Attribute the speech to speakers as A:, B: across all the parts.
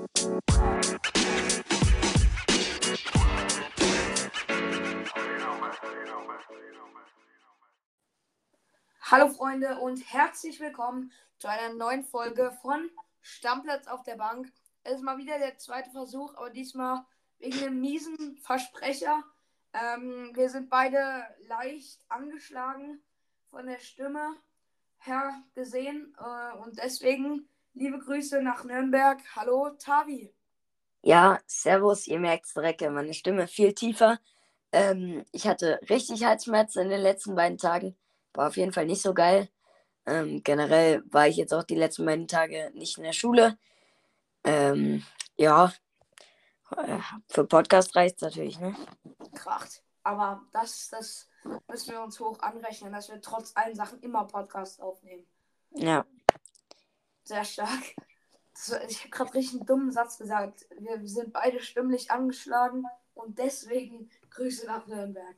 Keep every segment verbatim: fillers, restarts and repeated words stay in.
A: Hallo Freunde und herzlich willkommen zu einer neuen Folge von Stammplatz auf der Bank. Es ist mal wieder der zweite Versuch, aber diesmal wegen einem miesen Versprecher. Ähm, wir sind beide leicht angeschlagen von der Stimme her gesehen äh, und deswegen liebe Grüße nach Nürnberg. Hallo Tavi.
B: Ja, servus, ihr merkt's direkt, meine Stimme viel tiefer. Ähm, ich hatte richtig Halsschmerzen in den letzten beiden Tagen. War auf jeden Fall nicht so geil. Ähm, generell war ich jetzt auch die letzten beiden Tage nicht in der Schule. Ähm, ja, äh, für Podcast reicht's natürlich, ne?
A: Kracht. Aber das, das müssen wir uns hoch anrechnen, dass wir trotz allen Sachen immer Podcasts aufnehmen.
B: Ja.
A: Sehr stark. Das, ich habe gerade richtig einen dummen Satz gesagt. Wir sind beide stimmlich angeschlagen und deswegen Grüße nach Nürnberg.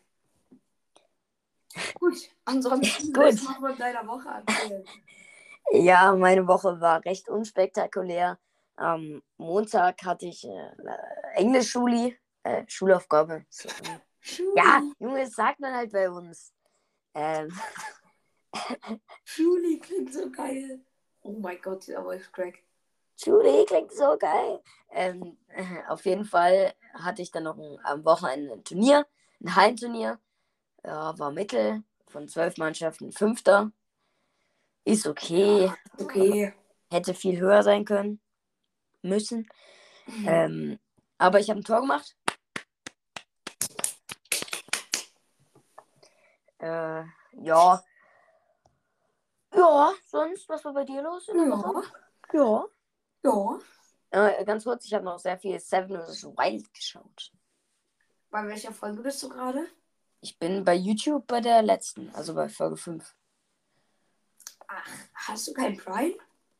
A: Gut, ansonsten
B: Gut.
A: willst du mal von deiner Woche erzählen.
B: Ja, meine Woche war recht unspektakulär. Am Montag hatte ich äh, Englisch-Schuli, äh, Schulaufgabe.
A: Schuli.
B: Ja, Junge, das sagt man halt bei uns. Ähm.
A: Schuli klingt so geil. Oh mein Gott, dieser Voice Crack.
B: Schule klingt so geil. Ähm, äh, auf jeden Fall hatte ich dann noch ein, am Wochenende ein Turnier, ein Hallenturnier. Ja, war Mittel von zwölf Mannschaften, Fünfter. Ist okay.
A: Ja, okay.
B: Hätte viel höher sein können. Müssen.
A: Mhm.
B: Ähm, aber ich habe ein Tor gemacht. Äh, ja. Ja, sonst, was war bei dir los in der
A: Ja.
B: Woche? Ja.
A: Ja.
B: Äh, ganz kurz, ich habe noch sehr viel Seven versus. Wild geschaut.
A: Bei welcher Folge bist du gerade?
B: Ich bin bei YouTube bei der letzten, also bei Folge fünf.
A: Ach, hast du kein Prime?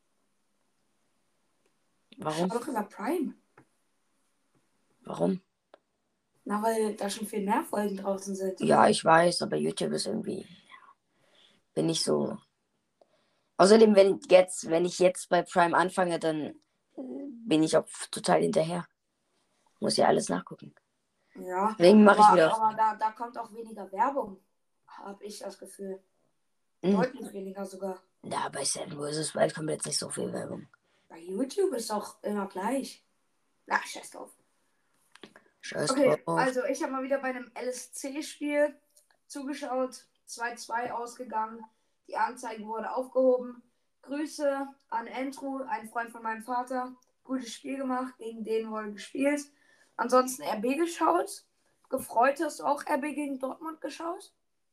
B: Warum?
A: Schau doch über Prime.
B: Warum?
A: Na, weil da schon viel mehr Folgen draußen sind.
B: Ja, ich weiß, aber YouTube ist irgendwie. Bin ich so. Außerdem, wenn jetzt, wenn ich jetzt bei Prime anfange, dann äh, bin ich auch total hinterher. Muss ja alles nachgucken.
A: Ja,
B: Deswegen mache ich
A: aber,
B: wieder.
A: aber da, da kommt auch weniger Werbung, habe ich das Gefühl.
B: Hm.
A: Deutlich weniger sogar.
B: Ja, bei Seven versus. Wild kommt jetzt nicht so viel Werbung.
A: Bei YouTube ist doch immer gleich. Na, scheiß drauf.
B: Scheiß
A: Okay,
B: drauf.
A: also ich habe mal wieder bei einem L S C-Spiel zugeschaut. zwei zwei ausgegangen. Die Anzeige wurde aufgehoben. Grüße an Andrew, ein Freund von meinem Vater. Gutes Spiel gemacht. Gegen den wurde gespielt. Ansonsten R B geschaut. Gefreut, hast du auch R B gegen Dortmund geschaut?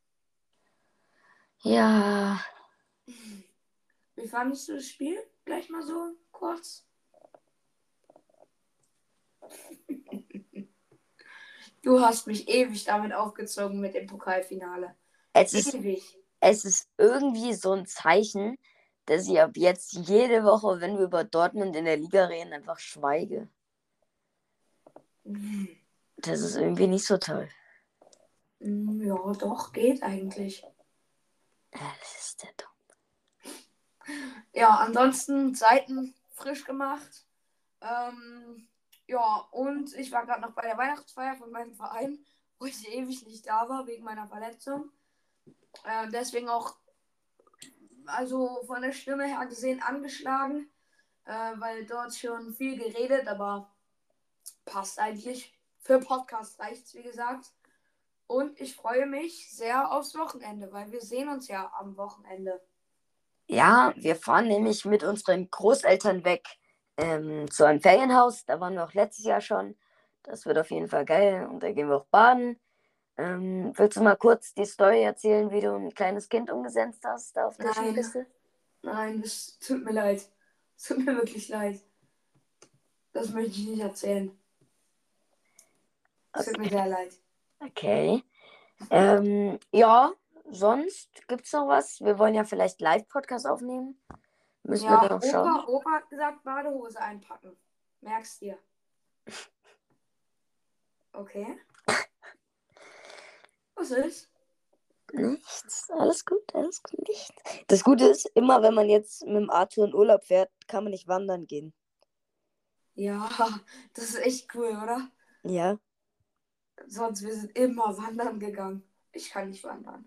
B: Ja.
A: Wie fandest du das Spiel? Gleich mal so kurz. Du hast mich ewig damit aufgezogen mit dem Pokalfinale.
B: Es ist,
A: Ewig.
B: es ist irgendwie so ein Zeichen, dass ich ab jetzt jede Woche, wenn wir über Dortmund in der Liga reden, einfach schweige. Das ist irgendwie nicht so toll.
A: Ja, doch, geht eigentlich.
B: Ja, das ist der dumm.
A: Ja, ansonsten Seiten frisch gemacht. Ähm, ja, und ich war gerade noch bei der Weihnachtsfeier von meinem Verein, wo ich ewig nicht da war wegen meiner Verletzung. Äh, deswegen auch, also von der Stimme her gesehen, angeschlagen, äh, weil dort schon viel geredet, aber passt eigentlich. Für Podcast reicht's, wie gesagt. Und ich freue mich sehr aufs Wochenende, weil wir sehen uns ja am Wochenende.
B: Ja, wir fahren nämlich mit unseren Großeltern weg ähm, zu einem Ferienhaus. Da waren wir auch letztes Jahr schon. Das wird auf jeden Fall geil. Und da gehen wir auch baden. Ähm, willst du mal kurz die Story erzählen, wie du ein kleines Kind umgesetzt hast da auf der
A: Nein,
B: Skipiste?
A: nein, das tut mir leid. Es tut mir wirklich leid. Das möchte ich nicht erzählen. Es tut mir sehr leid.
B: Okay. Ähm, ja, sonst gibt's noch was? Wir wollen ja vielleicht Live-Podcast aufnehmen. Müssen wir
A: Ja,
B: dann noch
A: Opa,
B: schauen.
A: Opa hat gesagt, Badehose einpacken. Merkst dir. Okay. Was ist?
B: Nichts. Alles gut, alles gut. Nichts. Das Gute ist, immer wenn man jetzt mit dem Arthur in Urlaub fährt, kann man nicht wandern gehen.
A: Ja, das ist echt cool, oder?
B: Ja.
A: Sonst wir sind immer wandern gegangen. Ich kann nicht wandern.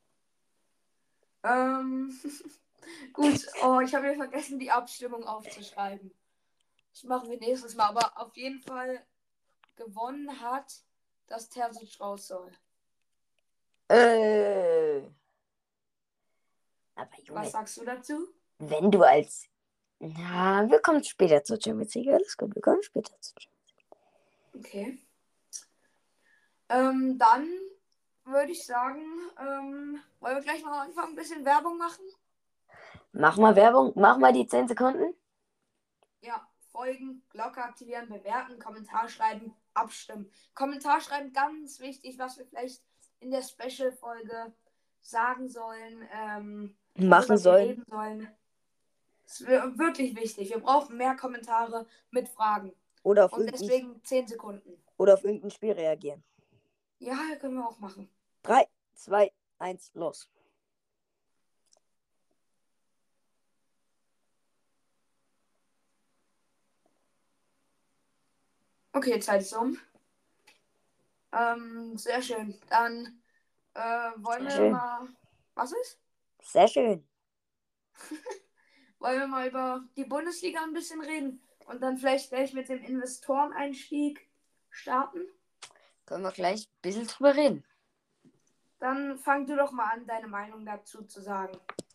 A: Ähm, gut. Oh, ich habe mir vergessen, die Abstimmung aufzuschreiben. Das machen wir nächstes Mal. Aber auf jeden Fall gewonnen hat, dass Terzic raus soll.
B: Äh. Aber Junge,
A: Was sagst du dazu?
B: wenn du als. Na, wir kommen später zur Champions League. Alles gut, wir kommen später zur Champions
A: Okay. Ähm, dann würde ich sagen, ähm, wollen wir gleich mal anfangen, ein bisschen Werbung machen?
B: League. Mach mal Werbung, mach mal die zehn Sekunden.
A: Ja, folgen, Glocke aktivieren, bewerten, Kommentar schreiben, abstimmen. Kommentar schreiben, ganz wichtig, was wir vielleicht in der Special-Folge sagen sollen, ähm,
B: Machen
A: worüber wir
B: sollen.
A: reden sollen. Das ist wirklich wichtig. Wir brauchen mehr Kommentare mit Fragen.
B: Oder auf,
A: Und
B: irgendein,
A: deswegen zehn Sekunden.
B: oder auf irgendein Spiel reagieren.
A: Ja, können wir auch machen.
B: drei, zwei, eins, los.
A: Okay, Zeit ist um. Ähm, sehr schön. Dann äh, wollen
B: Sehr
A: wir
B: schön.
A: mal. Was ist?
B: Sehr schön.
A: Wollen wir mal über die Bundesliga ein bisschen reden und dann vielleicht gleich mit dem Investoreneinstieg starten?
B: Können wir gleich ein bisschen drüber reden.
A: Dann fang du doch mal an, deine Meinung dazu zu sagen.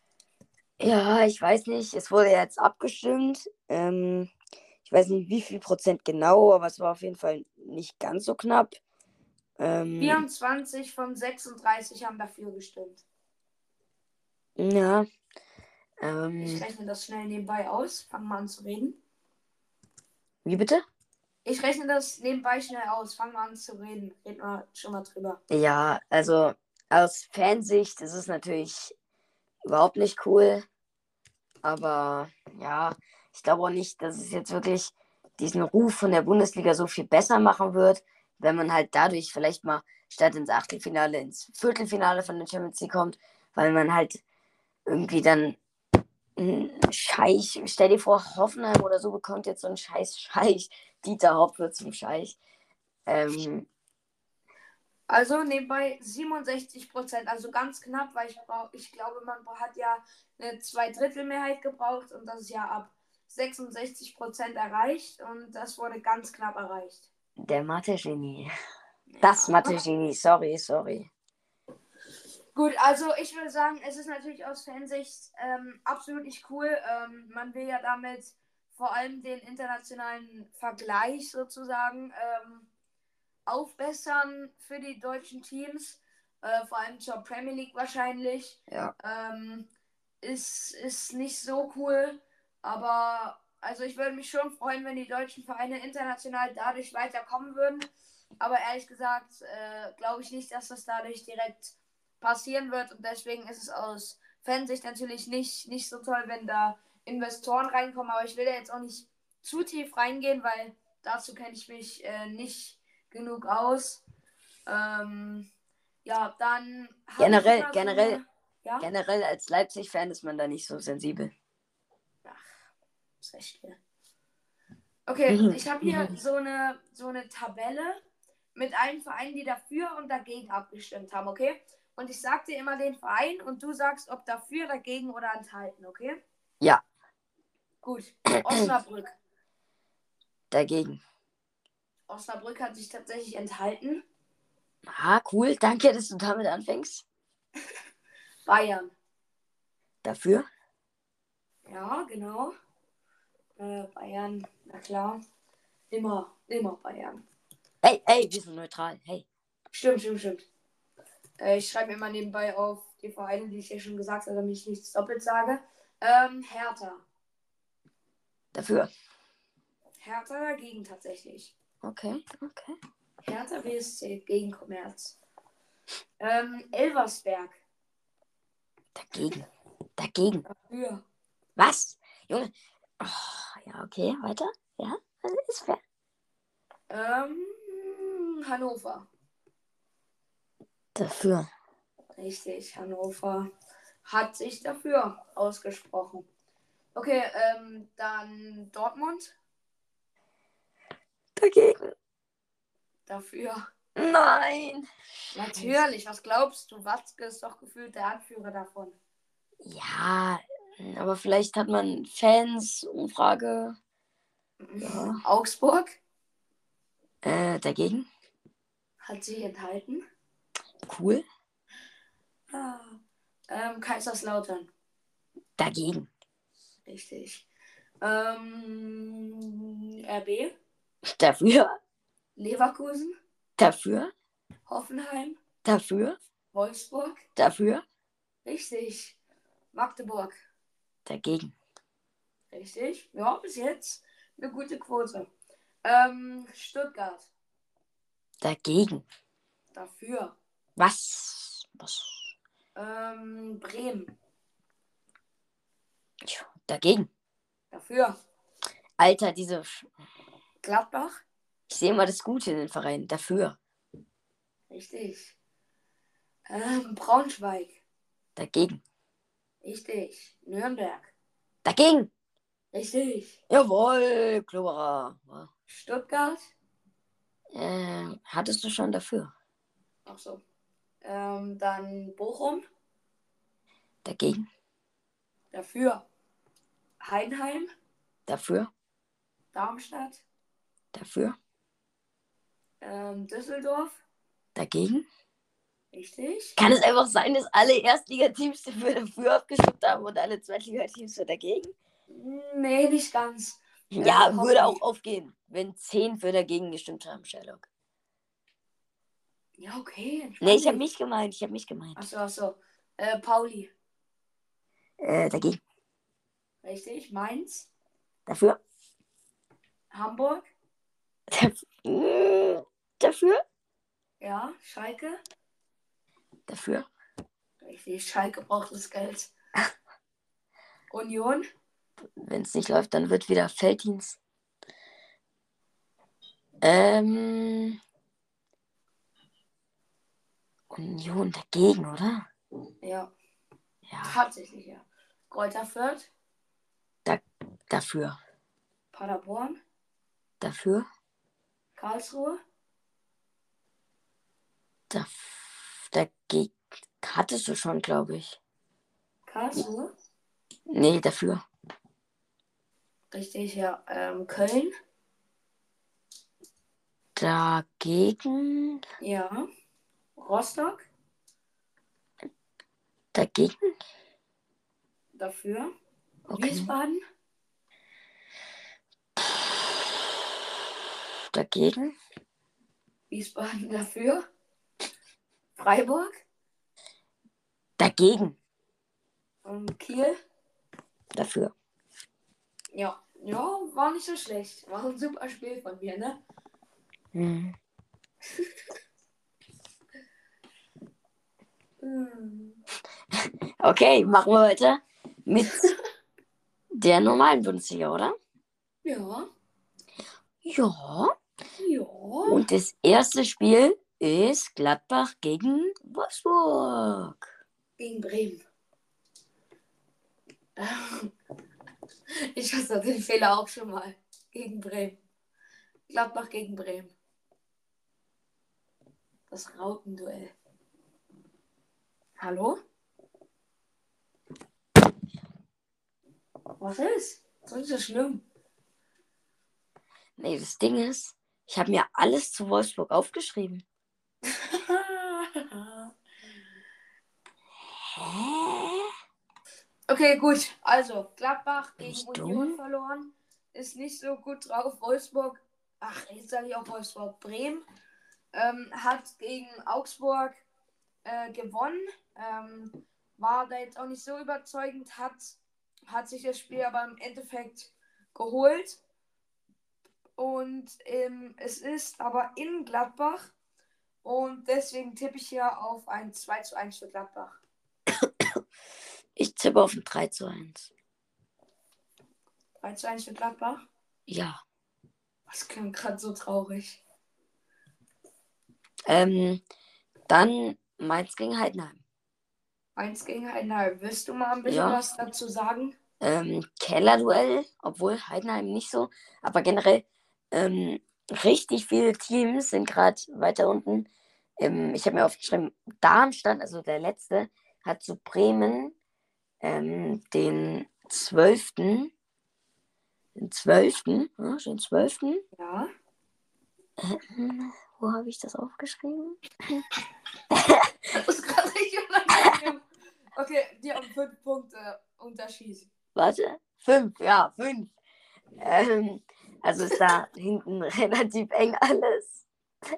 B: Ja, ich weiß nicht. Es wurde jetzt abgestimmt. Ähm, ich weiß nicht, wie viel Prozent genau, aber es war auf jeden Fall nicht ganz so knapp. Ähm,
A: vierundzwanzig von sechsunddreißig haben dafür gestimmt.
B: ja.
A: Ich
B: Ähm,
A: rechne das schnell nebenbei aus. Fang mal an zu reden.
B: wie bitte?
A: Ich rechne das nebenbei schnell aus. Fang mal an zu reden. Red mal schon mal drüber.
B: Ja, also aus Fansicht ist es natürlich überhaupt nicht cool. Aber ja, ich glaube auch nicht, dass es jetzt wirklich diesen Ruf von der Bundesliga so viel besser machen wird, wenn man halt dadurch vielleicht mal statt ins Achtelfinale ins Viertelfinale von der Champions League kommt, weil man halt irgendwie dann einen Scheich, stell dir vor, Hoffenheim oder so bekommt jetzt so einen scheiß Scheich, Dieter Haupt wird zum Scheich. Ähm,
A: Also nebenbei siebenundsechzig Prozent, also ganz knapp, weil ich, brauch, ich glaube, man hat ja eine Zweidrittelmehrheit gebraucht und das ist ja ab sechsundsechzig Prozent erreicht und das wurde ganz knapp erreicht.
B: der Mathe-Genie. Das
A: Ja.
B: Mathe-Genie, sorry, sorry.
A: Gut, also ich würde sagen, es ist natürlich aus Fansicht ähm, absolut nicht cool. Ähm, man will ja damit vor allem den internationalen Vergleich sozusagen ähm, aufbessern für die deutschen Teams, äh, vor allem zur Premier League wahrscheinlich.
B: Ja.
A: Ähm, ist, ist nicht so cool, aber also ich würde mich schon freuen, wenn die deutschen Vereine international dadurch weiterkommen würden. Aber ehrlich gesagt, äh, glaube ich nicht, dass das dadurch direkt passieren wird und deswegen ist es aus Fansicht natürlich nicht, nicht so toll, wenn da Investoren reinkommen, aber ich will da jetzt auch nicht zu tief reingehen, weil dazu kenne ich mich äh, nicht genug aus. Ähm, ja, dann habe ich
B: Generell,
A: immer so
B: generell,
A: eine. Ja?
B: generell als Leipzig-Fan ist man da nicht so sensibel.
A: Ach, ist recht viel. Okay, ich habe hier so eine, so eine Tabelle mit allen Vereinen, die dafür und dagegen abgestimmt haben, okay? Und ich sag dir immer den Verein und du sagst, ob dafür, dagegen oder enthalten, okay?
B: Ja,
A: Gut. Osnabrück.
B: dagegen.
A: Osnabrück hat sich tatsächlich enthalten.
B: Ah, cool. Danke, dass du damit anfängst.
A: Bayern.
B: Dafür?
A: Ja, genau. Äh, Bayern, na klar. Immer, immer Bayern.
B: Hey, hey, wir sind neutral. Hey.
A: Stimmt, stimmt, stimmt. Äh, ich schreibe immer nebenbei auf die Vereine, die ich ja schon gesagt habe, damit ich nichts doppelt sage. Ähm, Hertha.
B: Dafür.
A: Hertha dagegen tatsächlich.
B: Okay, okay.
A: Hertha B S C gegen Kommerz. Ähm, Elversberg.
B: Dagegen. Dagegen.
A: Dafür.
B: Was? Junge. Oh, ja, okay, weiter. Ja, also ist fair.
A: Ähm, Hannover.
B: Dafür.
A: Richtig, Hannover hat sich dafür ausgesprochen. Okay, ähm, dann Dortmund.
B: Dagegen.
A: Dafür.
B: Nein.
A: Natürlich, was glaubst du? Watzke ist doch gefühlt der Anführer davon.
B: Ja, aber vielleicht hat man Fans, Umfrage. Ja.
A: Augsburg
B: Äh, dagegen.
A: hat sich enthalten.
B: Cool.
A: Ah. Ähm, Kaiserslautern.
B: Dagegen.
A: Richtig. Ähm, R B.
B: Dafür.
A: Leverkusen.
B: Dafür.
A: Hoffenheim.
B: Dafür.
A: Wolfsburg.
B: Dafür.
A: Richtig. Magdeburg.
B: Dagegen.
A: Richtig. Ja, bis jetzt eine gute Quote. Ähm, Stuttgart.
B: Dagegen.
A: Dafür.
B: Was? Was?
A: Ähm, Bremen.
B: Tja, dagegen.
A: Dafür.
B: Alter, diese. Sch-
A: Gladbach.
B: Ich sehe immer das Gute in den Vereinen. Dafür.
A: Richtig. Ähm, Braunschweig.
B: Dagegen.
A: Richtig. Nürnberg.
B: Dagegen.
A: Richtig.
B: Jawohl, Klubberer.
A: Stuttgart.
B: Äh, hattest du schon dafür?
A: Ach so. Ähm, dann Bochum.
B: Dagegen.
A: Dafür. Heidenheim.
B: Dafür.
A: Darmstadt.
B: Dafür.
A: Ähm, Düsseldorf.
B: Dagegen.
A: Richtig.
B: Kann es einfach sein, dass alle Erstligateams für dafür abgestimmt haben und alle Zweitligateams für dagegen?
A: Nee, nicht ganz.
B: Ja,
A: Äh,
B: würde
A: Hockey.
B: auch aufgehen, wenn zehn für dagegen gestimmt haben, Sherlock.
A: Ja, okay. entspann
B: Nee, ich habe
A: dich.
B: mich gemeint, ich habe mich gemeint.
A: Achso, achso. Äh, Pauli.
B: Äh, dagegen.
A: Richtig. Mainz.
B: Dafür.
A: Hamburg.
B: Dafür. Dafür.
A: Ja. Schalke.
B: Dafür.
A: Richtig. Schalke braucht das Geld. Union.
B: Wenn es nicht läuft, dann wird wieder Felddienst. Ähm. Union dagegen, oder?
A: Ja.
B: Ja.
A: Tatsächlich, ja. Greuther Fürth.
B: Da, dafür.
A: Paderborn.
B: Dafür.
A: Karlsruhe.
B: Da, dagegen. Hattest du schon, glaube ich.
A: Karlsruhe.
B: Nee, dafür.
A: Richtig, ja. Ähm, Köln.
B: Dagegen.
A: Ja. Rostock.
B: Dagegen.
A: Dafür.
B: Okay.
A: Wiesbaden.
B: Dagegen.
A: Wiesbaden dafür. Freiburg.
B: Dagegen.
A: Und Kiel.
B: Dafür.
A: Ja. Ja, war nicht so schlecht. War ein super Spiel von mir, ne?
B: Hm.
A: Hm.
B: Okay, machen wir weiter mit der normalen Bundesliga, oder?
A: Ja.
B: Ja.
A: Ja.
B: Und das erste Spiel ist Gladbach gegen Wolfsburg.
A: Gegen Bremen. Ich hatte den Fehler auch schon mal. Gegen Bremen. Gladbach gegen Bremen. Das Rautenduell. Hallo? Was ist? Was ist so schlimm?
B: Nee, das Ding ist, ich habe mir alles zu Wolfsburg aufgeschrieben. Hä?
A: Okay, gut. Also, Gladbach
B: Bin
A: gegen
B: ich
A: Union
B: dumm?
A: verloren. Ist nicht so gut drauf. Wolfsburg, ach, jetzt sage ich auch Wolfsburg. Bremen ähm, hat gegen Augsburg äh, gewonnen. Ähm, war da jetzt auch nicht so überzeugend. Hat, hat sich das Spiel aber im Endeffekt geholt. Und ähm, es ist aber in Gladbach. Und deswegen tippe ich hier auf ein zwei zu eins für Gladbach.
B: Ich tippe auf ein drei zu eins.
A: drei zu eins für Gladbach?
B: Ja.
A: Das klingt gerade so traurig.
B: Ähm, dann Mainz gegen Heidenheim.
A: Eins gegen Heidenheim. Willst du mal ein bisschen
B: Ja.
A: was dazu sagen?
B: Ähm, Kellerduell, obwohl Heidenheim nicht so, aber generell, ähm, richtig viele Teams sind gerade weiter unten. Ähm, ich habe mir aufgeschrieben, Darmstadt, also der letzte, hat zu Bremen ähm, den zwölften Den zwölften Ja, den zwölften
A: Ja.
B: Ähm, wo habe ich das aufgeschrieben?
A: Das ist gerade richtig unangenehm. Okay, die haben fünf Punkte Unterschied.
B: Warte, fünf, ja, fünf. Ähm, also ist da hinten relativ eng alles.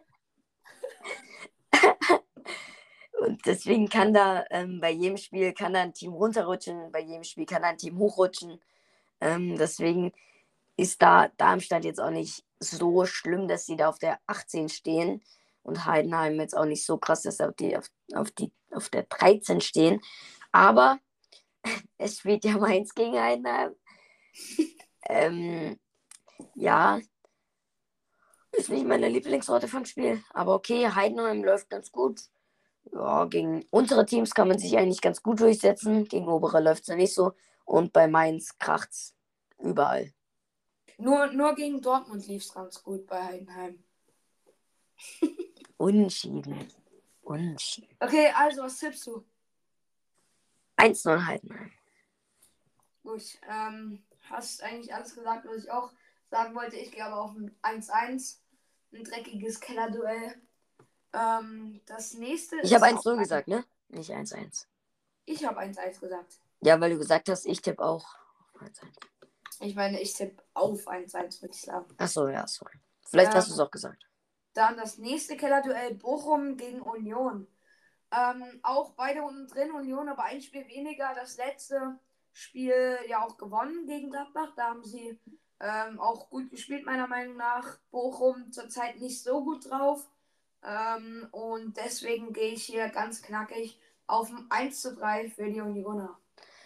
B: Und deswegen kann da ähm, bei jedem Spiel kann da ein Team runterrutschen, bei jedem Spiel kann da ein Team hochrutschen. Ähm, deswegen ist da Darmstadt jetzt auch nicht so schlimm, dass sie da auf der achtzehn stehen und Heidenheim jetzt auch nicht so krass, dass sie auf, die, auf, auf, die, auf der dreizehn stehen. Aber es spielt ja Mainz gegen Heidenheim. ähm, ja, ist nicht meine Lieblingssorte von Spiel. Aber okay, Heidenheim läuft ganz gut. Ja, gegen unsere Teams kann man sich eigentlich ganz gut durchsetzen. Gegen obere läuft es ja nicht so. Und bei Mainz kracht's überall.
A: Nur, nur gegen Dortmund lief es ganz gut bei Heidenheim.
B: Unentschieden. Unentschieden.
A: Okay, also was tippst du?
B: eins null Heidenheim.
A: Gut, ähm, hast eigentlich alles gesagt, was ich auch sagen wollte. Ich gehe aber auf ein eins eins. Ein dreckiges Kellerduell. Ähm, das nächste
B: Ich habe
A: ist auch
B: eins null
A: ein...
B: gesagt, ne? Nicht eins eins.
A: Ich habe eins eins gesagt.
B: Ja, weil du gesagt hast, ich tippe auch eins eins.
A: Ich meine, ich tippe auf eins eins, würde ich sagen.
B: Achso, ja, sorry. Vielleicht
A: Ähm,
B: hast du es auch gesagt.
A: Dann das nächste Kellerduell Bochum gegen Union. Ähm, auch beide unten drin, Union, aber ein Spiel weniger. Das letzte Spiel ja auch gewonnen gegen Gladbach. Da haben sie ähm, auch gut gespielt, meiner Meinung nach. Bochum zurzeit nicht so gut drauf. Ähm, und deswegen gehe ich hier ganz knackig auf ein eins zu drei für die Unioner.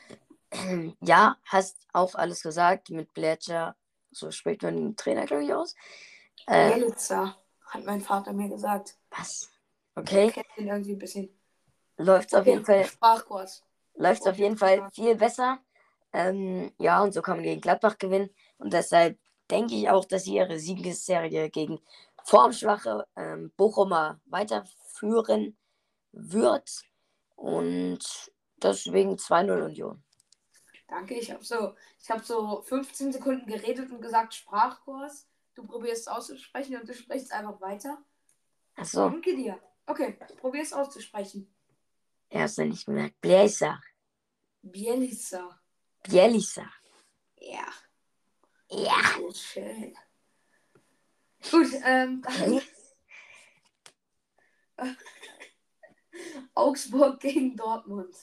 B: Ja, hast auch alles gesagt mit Blätscher. So spricht man den Trainer, glaube ich, aus. Äh,
A: Bielitzer, hat mein Vater mir gesagt.
B: was?
A: Der
B: Okay.
A: kennt ihn irgendwie ein bisschen.
B: Läuft's auf jeden
A: Okay,
B: Fall,
A: Sprachkurs.
B: läuft's auf jeden Fall
A: Objektiver.
B: viel besser. Ähm, ja, und so kann man gegen Gladbach gewinnen. Und deshalb denke ich auch, dass sie ihre Siegesserie gegen formschwache ähm, Bochumer weiterführen wird. Und deswegen zwei null Union.
A: Danke, ich habe so, ich habe so fünfzehn Sekunden geredet und gesagt Sprachkurs. Du probierst es auszusprechen und du sprichst einfach weiter.
B: Achso,
A: Danke dir. Okay, probier es auszusprechen.
B: er hast du nicht gemerkt. Bielsa.
A: Bielica.
B: Bielisa.
A: Ja,
B: Ja.
A: das ist schön. Gut, ähm, dann Augsburg gegen Dortmund.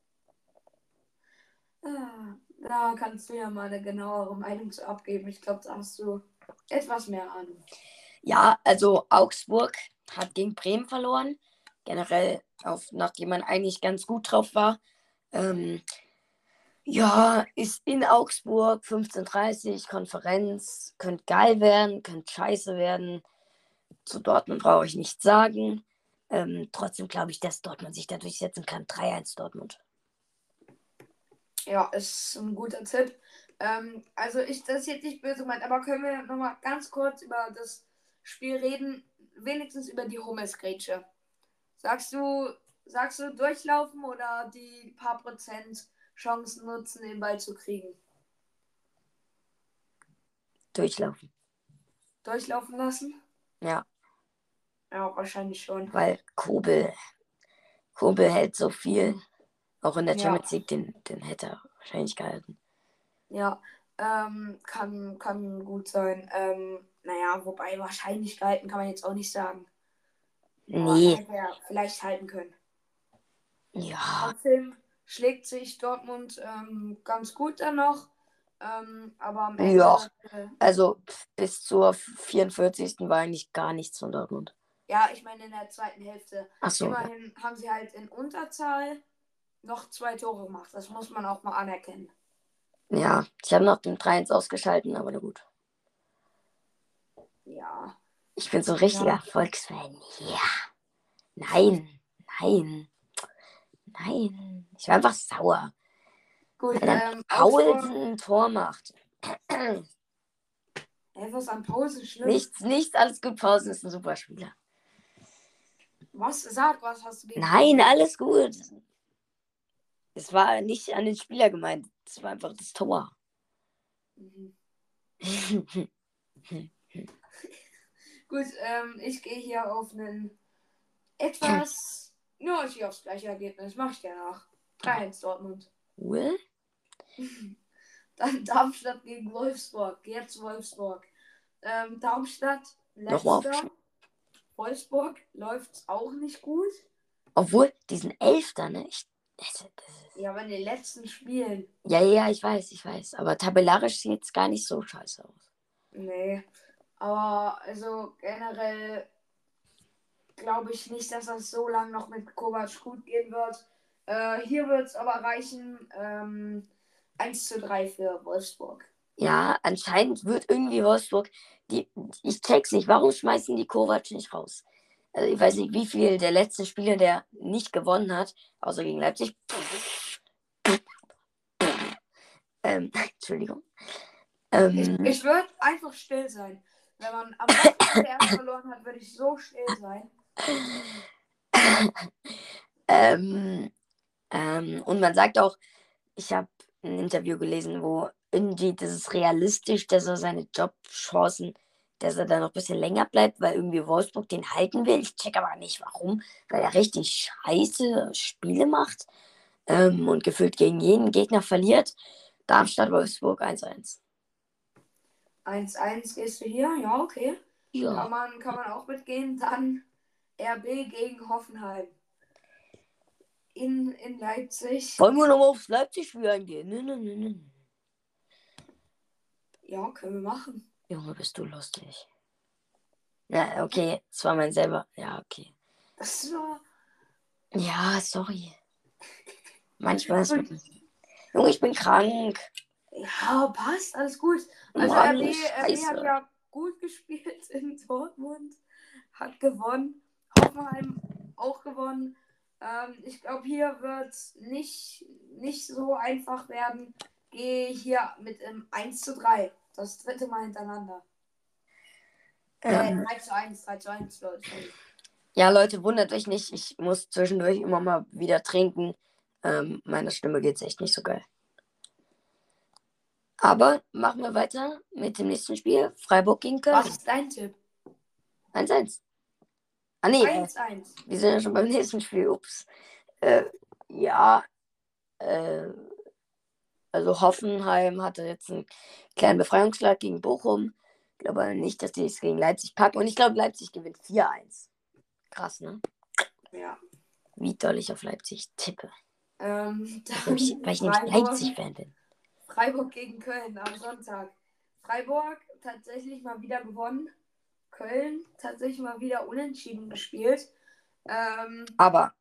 A: Ah, da kannst du ja mal eine genauere Meinung zu abgeben. Ich glaube, da hast du etwas mehr Ahnung.
B: Ja, also Augsburg hat gegen Bremen verloren. Generell, auf, nachdem man eigentlich ganz gut drauf war. Ähm, ja, ist in Augsburg fünfzehn Uhr dreißig, Konferenz. Könnte geil werden, könnte scheiße werden. Zu Dortmund brauche ich nichts sagen. Ähm, trotzdem glaube ich, dass Dortmund sich da durchsetzen kann. drei eins Dortmund.
A: Ja, ist ein guter Tipp. Ähm, also ich, das ist jetzt nicht böse gemeint, aber können wir nochmal ganz kurz über das Spiel reden, wenigstens über die Hummelsgrätsche. Sagst du, sagst du durchlaufen oder die paar Prozent Chancen nutzen, den Ball zu kriegen?
B: Durchlaufen.
A: Durchlaufen lassen?
B: Ja,
A: Ja, wahrscheinlich schon.
B: weil Kobel, Kobel hält so viel. Auch in der
A: Ja,
B: Champions League, den, den hätte er wahrscheinlich gehalten.
A: ja, ähm, kann, kann gut sein. Ähm, naja, wobei wahrscheinlich gehalten kann man jetzt auch nicht sagen. Aber
B: Nee,
A: hätte er vielleicht halten können.
B: ja,
A: Trotzdem schlägt sich Dortmund ähm, ganz gut dann noch. Ähm, aber am
B: ja.
A: Ende, äh,
B: Also bis zur vierundvierzigsten war eigentlich gar nichts von Dortmund.
A: ja, ich meine in der zweiten Hälfte.
B: Ach so, ja.
A: Immerhin haben sie halt in Unterzahl noch zwei Tore gemacht. Das muss man auch mal anerkennen.
B: Ja, ich habe noch den drei eins ausgeschalten, aber na gut.
A: Ja,
B: Ich bin so ein richtiger
A: ja.
B: Erfolgsfan. Ja. Nein, nein, nein. Ich war einfach sauer,
A: Gut,
B: weil dann
A: ähm,
B: Paulsen
A: Augsburg.
B: ein Tor macht.
A: Hä, was an Pausen schlimm?
B: Nichts, nichts, alles gut. Pausen ist ein super Spieler.
A: Was? Sag, was hast du gegen
B: Nein, alles gut. Es war nicht an den Spieler gemeint. Es war einfach das Tor.
A: Mhm. Gut, ähm, ich gehe hier auf einen etwas. Nur ich gehe aufs gleiche Ergebnis. Mach ich dir nach. drei eins Dortmund.
B: Cool.
A: Dann Darmstadt gegen Wolfsburg. Jetzt Wolfsburg. Ähm, Darmstadt,
B: Nochmal
A: letzter.
B: aufgeschrieben.
A: Wolfsburg läuft's auch nicht gut.
B: Obwohl, diesen Elfter, ne? Ich, das ist,
A: Ja, aber in den letzten Spielen.
B: ja, ja, ich weiß, ich weiß. Aber tabellarisch sieht es gar nicht so scheiße aus.
A: Nee. Aber also generell glaube ich nicht, dass das so lange noch mit Kovac gut gehen wird. Äh, hier wird es aber reichen. Ähm, eins zu drei für Wolfsburg.
B: Ja, anscheinend wird irgendwie Wolfsburg, die, ich check's nicht, warum schmeißen die Kovac nicht raus? Also ich weiß nicht, wie viel der letzte Spieler, der nicht gewonnen hat, außer gegen Leipzig. Ähm, Entschuldigung. Ähm,
A: Ich, ich würde einfach still sein. Wenn man am Wochenende erst verloren hat, würde ich so still sein.
B: ähm, ähm, und man sagt auch, ich habe ein Interview gelesen, wo irgendwie, das ist realistisch, dass er seine Jobchancen, dass er da noch ein bisschen länger bleibt, weil irgendwie Wolfsburg den halten will. Ich check aber nicht warum, weil er richtig scheiße Spiele macht ähm, und gefühlt gegen jeden Gegner verliert. Darmstadt, Wolfsburg eins eins.
A: eins eins gehst du hier? Ja, okay.
B: Ja.
A: Kann man, kann man auch mitgehen. Dann R B gegen Hoffenheim. In, in Leipzig.
B: Wollen wir nochmal aufs Leipzig-Spiel eingehen? Ne, ne, ne, ne.
A: Ja, können wir machen.
B: Junge, bist du lustig. Na, okay, es war mein selber. Ja, okay.
A: Das war.
B: Ja, sorry. Manchmal ist man... Junge, ich bin krank.
A: Ja, passt, alles gut. Also
B: Mann,
A: R B, R B hat
B: scheiße.
A: ja gut gespielt in Dortmund, hat gewonnen. Hoffenheim auch gewonnen. Ähm, ich glaube, hier wird es nicht, nicht so einfach werden. Gehe hier mit einem eins zu drei. Das dritte Mal hintereinander. Äh,
B: Ähm,
A: drei zu eins, drei zu eins, Leute. Sorry.
B: ja, Leute, wundert euch nicht. Ich muss zwischendurch immer mal wieder trinken. Ähm, meiner Stimme geht's echt nicht so geil. Aber machen wir weiter mit dem nächsten Spiel. Freiburg gegen Köln.
A: Was ist dein Tipp?
B: eins eins. Ah, nee, äh,
A: eins eins.
B: wir sind ja schon beim nächsten Spiel. Ups. Äh, ja, äh, also Hoffenheim hatte jetzt einen kleinen Befreiungsschlag gegen Bochum. Ich glaube nicht, dass die es gegen Leipzig packen. Und ich glaube, Leipzig gewinnt vier eins. Krass, ne?
A: Ja.
B: Wie doll ich auf Leipzig tippe.
A: Ähm,
B: Weil ich,
A: dann
B: weil ich nämlich
A: Freiburg.
B: Leipzig-Fan bin.
A: Freiburg gegen Köln am Sonntag. Freiburg tatsächlich mal wieder gewonnen. Köln tatsächlich mal wieder unentschieden gespielt. Ähm,
B: Aber,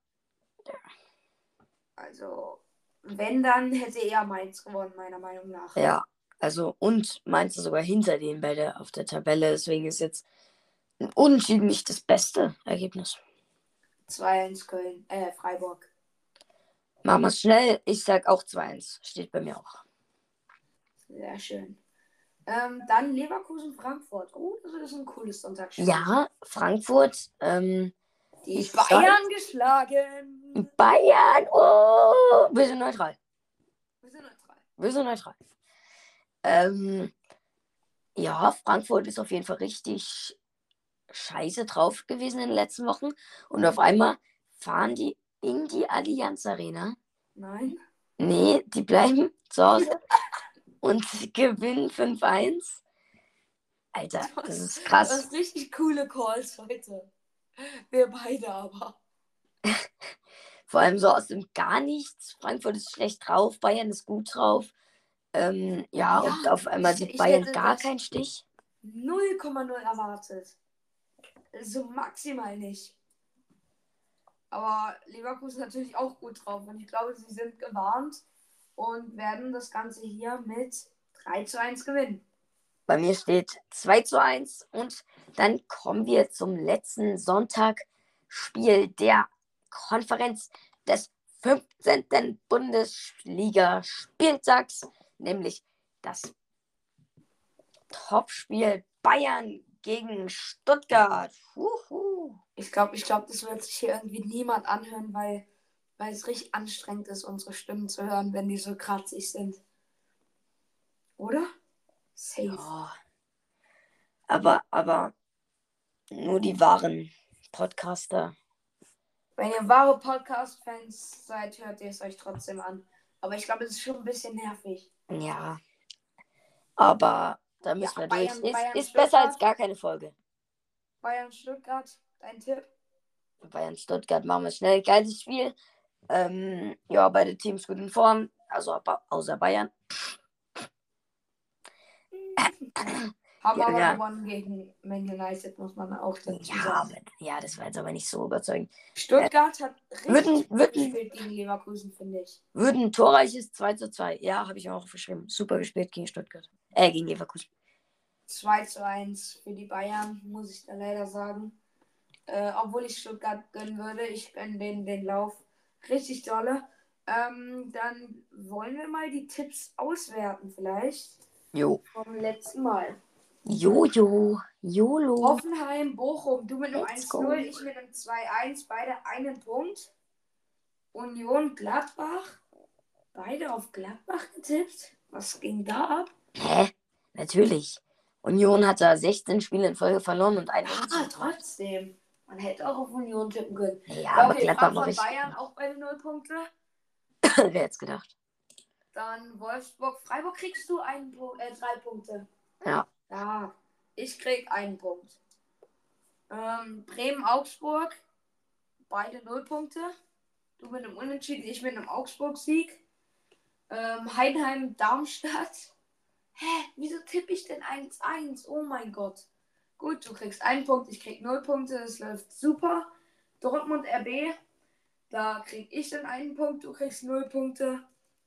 A: also, wenn, dann hätte eher Mainz gewonnen, meiner Meinung nach.
B: ja, also, und Mainz ist sogar hinter denen bei der, auf der Tabelle. Deswegen ist jetzt ein Unentschieden nicht das beste Ergebnis.
A: zwei eins Köln, äh, Freiburg.
B: Machen wir es schnell. Ich sag auch zwei eins. Steht bei mir auch.
A: Sehr schön. Ähm, dann Leverkusen-Frankfurt. Oh, das ist ein cooles Sonntagsspiel.
B: Ja, Frankfurt. Ähm,
A: Die
B: ich
A: Bayern
B: sag-
A: geschlagen.
B: Bayern. Oh, wir sind neutral.
A: Wir sind neutral.
B: Wir sind neutral. Ähm, ja, Frankfurt ist auf jeden Fall richtig scheiße drauf gewesen in den letzten Wochen. Und auf einmal fahren die in die Allianz Arena.
A: Nein.
B: Nee, die bleiben zu Hause und gewinnen fünf eins. Alter, das ist
A: Du
B: krass.
A: hast richtig coole Calls heute. Wir beide aber.
B: Vor allem so aus dem Gar nichts. Frankfurt ist schlecht drauf, Bayern ist gut drauf. Ähm, ja,
A: Ja,
B: und auf einmal
A: ich,
B: sieht
A: ich
B: Bayern
A: hätte
B: gar
A: das
B: keinen Stich.
A: null Komma null erwartet. So maximal nicht. Aber Leverkusen ist natürlich auch gut drauf. Und ich glaube, sie sind gewarnt und werden das Ganze hier mit drei zu eins gewinnen.
B: Bei mir steht zwei zu eins. Und dann kommen wir zum letzten Sonntagspiel der Konferenz des fünfzehnten Bundesliga-Spieltags, nämlich das Topspiel Bayern gegen Stuttgart. Huhu.
A: Ich glaube, ich glaub, das wird sich hier irgendwie niemand anhören, weil, weil es richtig anstrengend ist, unsere Stimmen zu hören, wenn die so kratzig sind. Oder? Safe.
B: Ja. Aber, aber nur die wahren Podcaster.
A: Wenn ihr wahre Podcast-Fans seid, hört ihr es euch trotzdem an. Aber ich glaube, es ist schon ein bisschen nervig.
B: Ja. Aber da müssen
A: Ja,
B: wir
A: Bayern,
B: durch. Ist,
A: Bayern,
B: ist besser als
A: Stuttgart.
B: gar keine Folge.
A: Bayern, Stuttgart, dein Tipp?
B: Bayern, Stuttgart machen wir schnell. Geiles Spiel. Ähm, ja, beide Teams gut in Form. Also aber außer Bayern.
A: Haben
B: Ja,
A: aber
B: ja.
A: gewonnen gegen Man United, muss man auch dazu
B: Ja,
A: sagen.
B: aber, ja, das war jetzt aber nicht so überzeugend.
A: Stuttgart hat richtig
B: Würden,
A: gut
B: würden,
A: gespielt gegen Leverkusen, finde ich.
B: würden ein torreiches zwei zu zwei. Ja, habe ich auch geschrieben. Super gespielt gegen Stuttgart. Äh, gegen Leverkusen.
A: zwei zu eins für die Bayern, muss ich da leider sagen. Äh, obwohl ich Stuttgart gönnen würde. Ich gönne denen den Lauf richtig dolle. Ähm, dann wollen wir mal die Tipps auswerten vielleicht.
B: Jo.
A: Vom letzten Mal.
B: Jojo. Jolo.
A: Hoffenheim, Bochum, du mit einem
B: Let's
A: eins
B: go.
A: null, ich mit einem zwei eins, beide einen Punkt. Union, Gladbach, beide auf Gladbach getippt. Was ging da ab?
B: Hä? Natürlich. Union hat da sechzehn Spiele in Folge verloren und einen
A: Ah,
B: Unentschieden gemacht.
A: trotzdem. Man hätte auch auf Union tippen können.
B: Ja,
A: Ja,
B: aber
A: okay,
B: Gladbach noch
A: Frankfurt,
B: richtig.
A: Bayern auch beide null Punkte.
B: Wer hätte gedacht?
A: Dann Wolfsburg, Freiburg kriegst du einen, Pu- äh, drei Punkte.
B: Ja.
A: Ja, ich krieg einen Punkt. Ähm, Bremen, Augsburg, beide null Punkte. Du mit einem Unentschieden, ich mit einem Augsburg-Sieg. Ähm, Heidenheim, Darmstadt. Hä, wieso tippe ich denn eins eins? Oh mein Gott. Gut, du kriegst einen Punkt, ich krieg null Punkte, das läuft super. Dortmund, R B, da krieg ich dann einen Punkt, du kriegst null Punkte.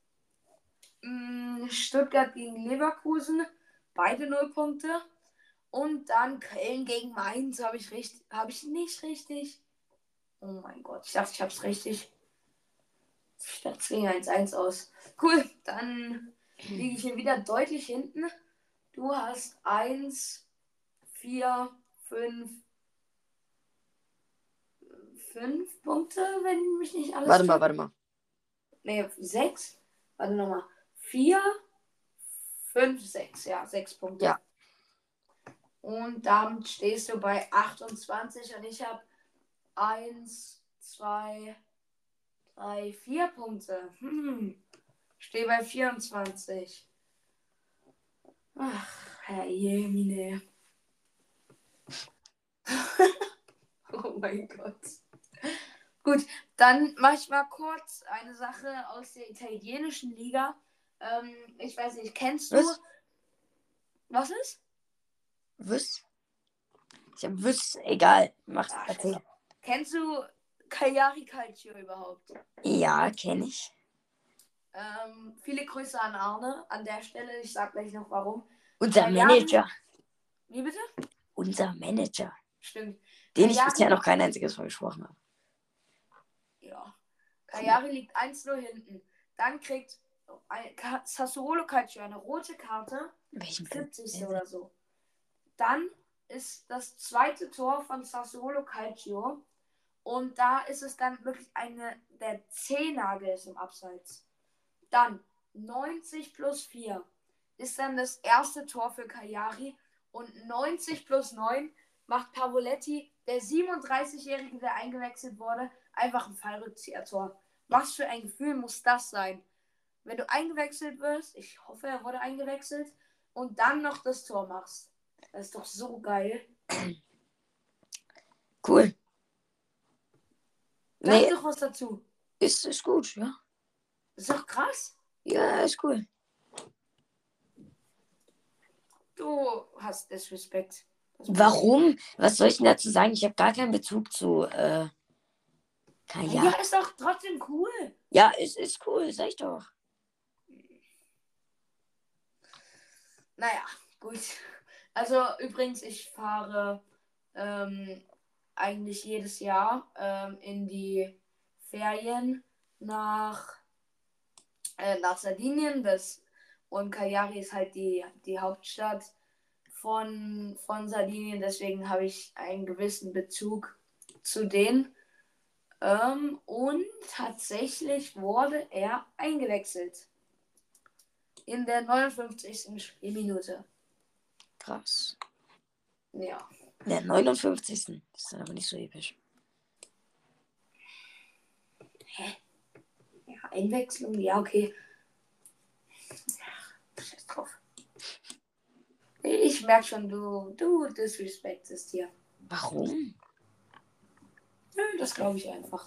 A: Mm, Stuttgart gegen Leverkusen, beide null Punkte. Und dann Köln gegen Mainz, habe ich, richtig, hab ich nicht richtig. Oh mein Gott, ich dachte, ich hab's richtig. Ich dachte, es ging eins eins aus. Cool, dann liege ich hier wieder deutlich hinten. Du hast eins, vier, fünf, fünf Punkte, wenn mich nicht alles
B: Warte mal,
A: täuscht.
B: warte mal.
A: Nee, sechs. Warte nochmal. vier, fünf, sechs. Ja, sechs Punkte.
B: Ja.
A: Und damit stehst du bei achtundzwanzig und ich habe eins, zwei, drei, vier Punkte. Hm. Stehe bei vierundzwanzig. Ach, Herr Jemine. Oh mein Gott. Gut, dann mache ich mal kurz eine Sache aus der italienischen Liga. Ähm, ich weiß nicht, kennst du...
B: Was?
A: Was ist?
B: Was? Ich hab Wüss, egal. Mach,
A: Ach,
B: erzähl.
A: scheiße. Kennst du Cagliari Calcio überhaupt?
B: Ja, kenne ich.
A: Ähm, viele Grüße an Arne an der Stelle. Ich sag gleich noch warum.
B: Unser
A: Cagliari-
B: Manager.
A: Wie bitte?
B: Unser Manager.
A: Stimmt.
B: Den ich
A: Cagliari-
B: bisher noch kein einziges Mal gesprochen habe.
A: Ja. Cagliari liegt eins null hinten. Dann kriegt ein Ka- Sassuolo Calcio eine rote Karte.
B: Welchen
A: siebzig oder so. Dann ist das zweite Tor von Sassuolo Calcio. Und da ist es dann wirklich eine, der Zehennagel ist im Abseits. Dann neunzig plus vier ist dann das erste Tor für Cagliari. Und neunzig plus neun macht Pavoletti, der siebenunddreißigjährige, der eingewechselt wurde, einfach ein Fallrückzieher-Tor. Was für ein Gefühl muss das sein? Wenn du eingewechselt wirst, ich hoffe, er wurde eingewechselt, und dann noch das Tor machst. Das ist doch so geil.
B: Cool.
A: Sag
B: Nee,
A: doch was dazu.
B: ist, ist gut, ja.
A: Das ist doch krass.
B: Ja, ist cool.
A: Du hast Disrespect. Das
B: Warum? Was soll ich denn dazu sagen? Ich habe gar keinen Bezug zu äh,
A: Ja,
B: Cagliari.
A: ist doch trotzdem cool.
B: Ja, ist, ist cool, sag ich doch.
A: Naja, gut. Also übrigens, ich fahre ähm, eigentlich jedes Jahr ähm, in die Ferien nach, äh, nach Sardinien. Das, und Cagliari ist halt die, die Hauptstadt. von, von Sardinien, deswegen habe ich einen gewissen Bezug zu denen. Ähm, und tatsächlich wurde er eingewechselt. In der neunundfünfzigsten Spielminute.
B: Krass.
A: Ja.
B: Der neunundfünfzigsten Das ist dann aber nicht so episch.
A: Hä? Ja, Einwechslung, ja, okay. Scheiß drauf. Ich merke schon, du, du disrespektest hier.
B: Warum?
A: Ja, das glaube ich einfach.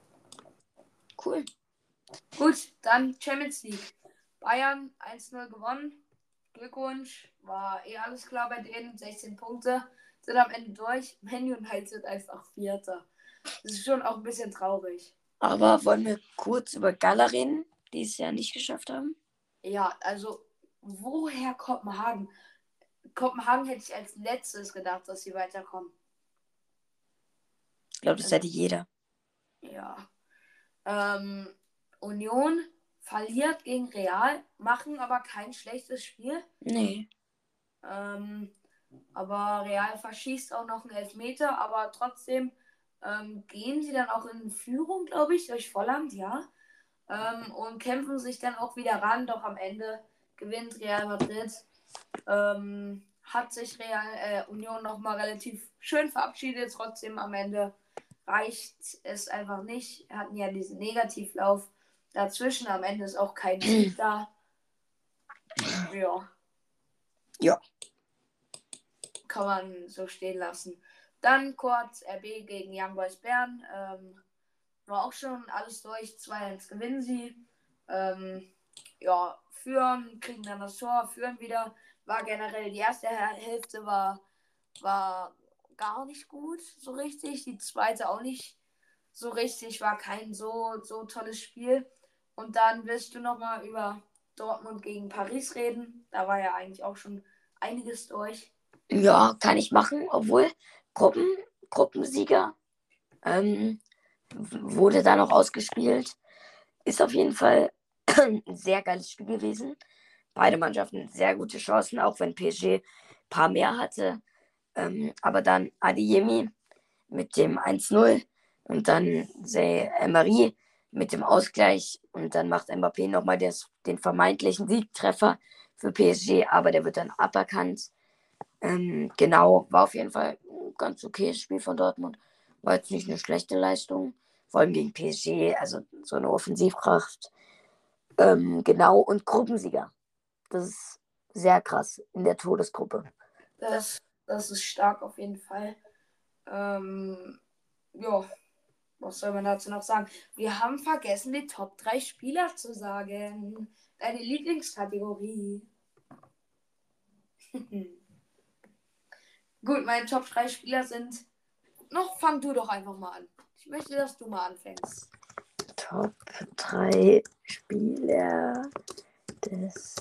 B: Cool.
A: Gut, dann Champions League. Bayern eins null gewonnen. Glückwunsch. War eh alles klar bei denen. sechzehn Punkte. Sind am Ende durch. Man United einfach Vierter. Das ist schon auch ein bisschen traurig.
B: Aber wollen wir kurz über Gala reden, die es ja nicht geschafft haben?
A: Ja, also woher Kopenhagen? Kopenhagen hätte ich als letztes gedacht, dass sie weiterkommen.
B: Ich glaube, das hätte jeder.
A: Ja. Ähm, Union verliert gegen Real, machen aber kein schlechtes Spiel.
B: Nee.
A: Ähm, aber Real verschießt auch noch einen Elfmeter, aber trotzdem ähm, gehen sie dann auch in Führung, glaube ich, durch Volland, ja. Ähm, und kämpfen sich dann auch wieder ran, doch am Ende gewinnt Real Madrid. Ähm, hat sich Real äh, Union nochmal relativ schön verabschiedet, trotzdem am Ende reicht es einfach nicht. Wir hatten ja diesen Negativlauf dazwischen, am Ende ist auch kein Sieg da. Ja.
B: Ja.
A: Kann man so stehen lassen. Dann kurz R B gegen Young Boys Bern. Ähm, war auch schon alles durch. zwei eins gewinnen sie. Ähm, ja, führen, kriegen dann das Tor, führen wieder. War generell die erste Hälfte war, war gar nicht gut, so richtig. Die zweite auch nicht so richtig. War kein so, so tolles Spiel. Und dann willst du nochmal über Dortmund gegen Paris reden. Da war ja eigentlich auch schon einiges durch.
B: Ja, kann ich machen, obwohl Gruppen, Gruppensieger ähm, wurde da noch ausgespielt. Ist auf jeden Fall ein sehr geiles Spiel gewesen. Beide Mannschaften sehr gute Chancen, auch wenn P S G ein paar mehr hatte. Ähm, aber dann Adeyemi mit dem eins null und dann Emery mit dem Ausgleich und dann macht Mbappé nochmal den vermeintlichen Siegtreffer für P S G, aber der wird dann aberkannt. Ähm, genau, war auf jeden Fall ein ganz okayes Spiel von Dortmund. War jetzt nicht eine schlechte Leistung, vor allem gegen P S G, also so eine Offensivkraft. Ähm, genau, und Gruppensieger. Das ist sehr krass in der Todesgruppe.
A: Das, das ist stark auf jeden Fall. Ähm, ja, was soll man dazu noch sagen? Wir haben vergessen, die Top drei Spieler zu sagen. Deine Lieblingskategorie. Gut, meine Top drei Spieler sind. Noch fang du doch einfach mal an. Ich möchte, dass du mal anfängst.
B: Top drei Spieler des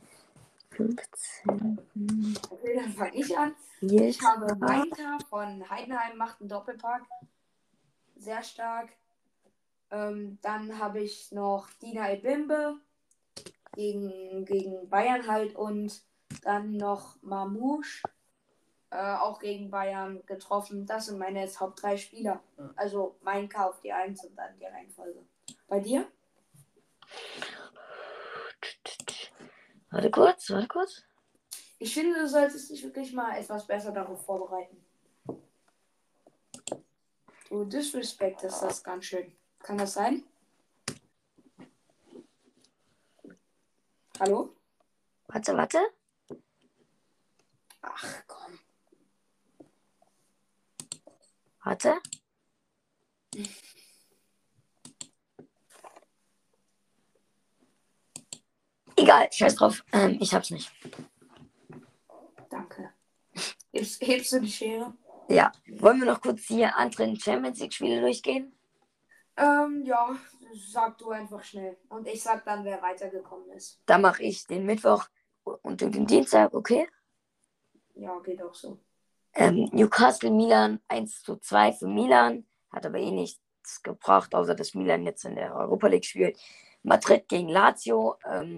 B: fünfzehnten
A: Okay, dann fange ich an.
B: Jetzt.
A: Ich habe Mainka von Heidenheim, macht einen Doppelpack. Sehr stark. Ähm, dann habe ich noch Dina Ebimbe gegen, gegen Bayern halt und dann noch Mamouche, äh, auch gegen Bayern getroffen. Das sind meine Top drei Spieler. Also mein Kauf, die eins und dann die Reihenfolge. Bei dir?
B: Warte kurz, warte kurz.
A: Ich finde, du solltest dich wirklich mal etwas besser darauf vorbereiten. Du disrespektest das ganz schön. Kann das sein? Hallo?
B: Warte, warte.
A: Ach komm.
B: Warte. Egal, scheiß drauf. Ähm, ich hab's nicht.
A: Danke. Hebst, hebst du die Schere?
B: Ja. Wollen wir noch kurz die anderen Champions League-Spiele durchgehen?
A: Ähm, ja, sag du einfach schnell. Und ich sag dann, wer weitergekommen ist.
B: Da mache ich den Mittwoch und du den Dienstag, okay?
A: Ja, geht auch so.
B: Ähm, Newcastle Milan eins zu zwei für Milan. Hat aber eh nichts gebracht, außer dass Milan jetzt in der Europa League spielt. Madrid gegen Lazio. Ähm,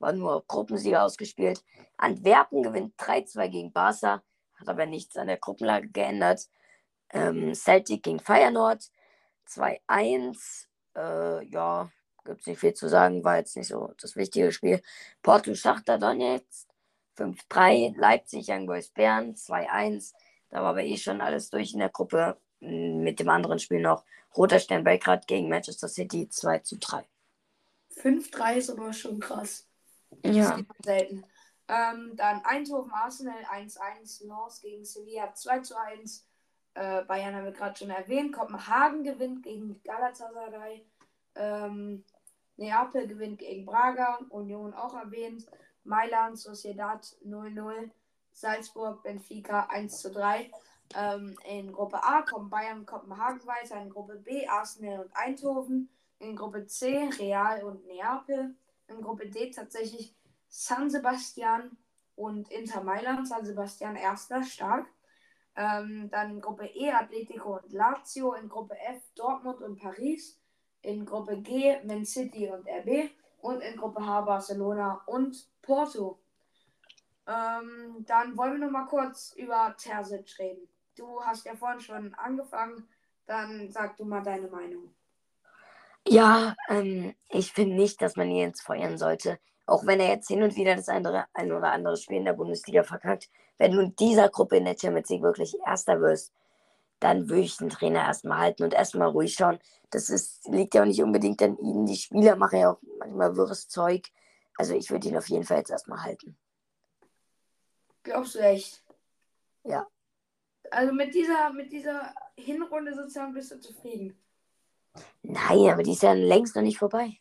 B: war nur Gruppensieger ausgespielt. Antwerpen gewinnt drei zwei gegen Barca, hat aber nichts an der Gruppenlage geändert. Ähm, Celtic gegen Feyenoord zwei eins. Äh, ja, gibt es nicht viel zu sagen, war jetzt nicht so das wichtige Spiel. Porto Schachtar Donetsk fünf drei. Leipzig Young Boys Bern zwei eins. Da war aber eh schon alles durch in der Gruppe. Mit dem anderen Spiel noch Roter Stern Belgrad gegen Manchester City zwei zu drei.
A: fünf drei ist aber schon krass.
B: Ja.
A: Das geht selten. Ähm, dann Eindhoven Arsenal eins eins. Lens gegen Sevilla zwei zu eins. Äh, Bayern haben wir gerade schon erwähnt. Kopenhagen gewinnt gegen Galatasaray. Ähm, Neapel gewinnt gegen Braga. Union auch erwähnt. Mailand Sociedad null null. Salzburg Benfica eins zu drei. Ähm, in Gruppe A kommen Bayern und Kopenhagen weiter. In Gruppe B Arsenal und Eindhoven. In Gruppe C Real und Neapel. In Gruppe D tatsächlich San Sebastian und Inter Mailand. San Sebastian erster, stark. Ähm, dann in Gruppe E Atletico und Lazio. In Gruppe F Dortmund und Paris. In Gruppe G Man City und R B. Und in Gruppe H Barcelona und Porto. Ähm, dann wollen wir noch mal kurz über Terzic reden. Du hast ja vorhin schon angefangen. Dann sag du mal deine Meinung.
B: Ja, ähm, ich finde nicht, dass man ihn jetzt feuern sollte. Auch wenn er jetzt hin und wieder das andere, ein oder andere Spiel in der Bundesliga verkackt. Wenn du in dieser Gruppe in der Champions League wirklich Erster wirst, dann würde ich den Trainer erstmal halten und erstmal ruhig schauen. Das ist, liegt ja auch nicht unbedingt an ihnen. Die Spieler machen ja auch manchmal wirres Zeug. Also ich würde ihn auf jeden Fall jetzt erstmal halten.
A: Glaubst du echt?
B: Ja.
A: Also mit dieser, mit dieser Hinrunde sozusagen bist du zufrieden?
B: Nein, aber die ist ja längst noch nicht vorbei.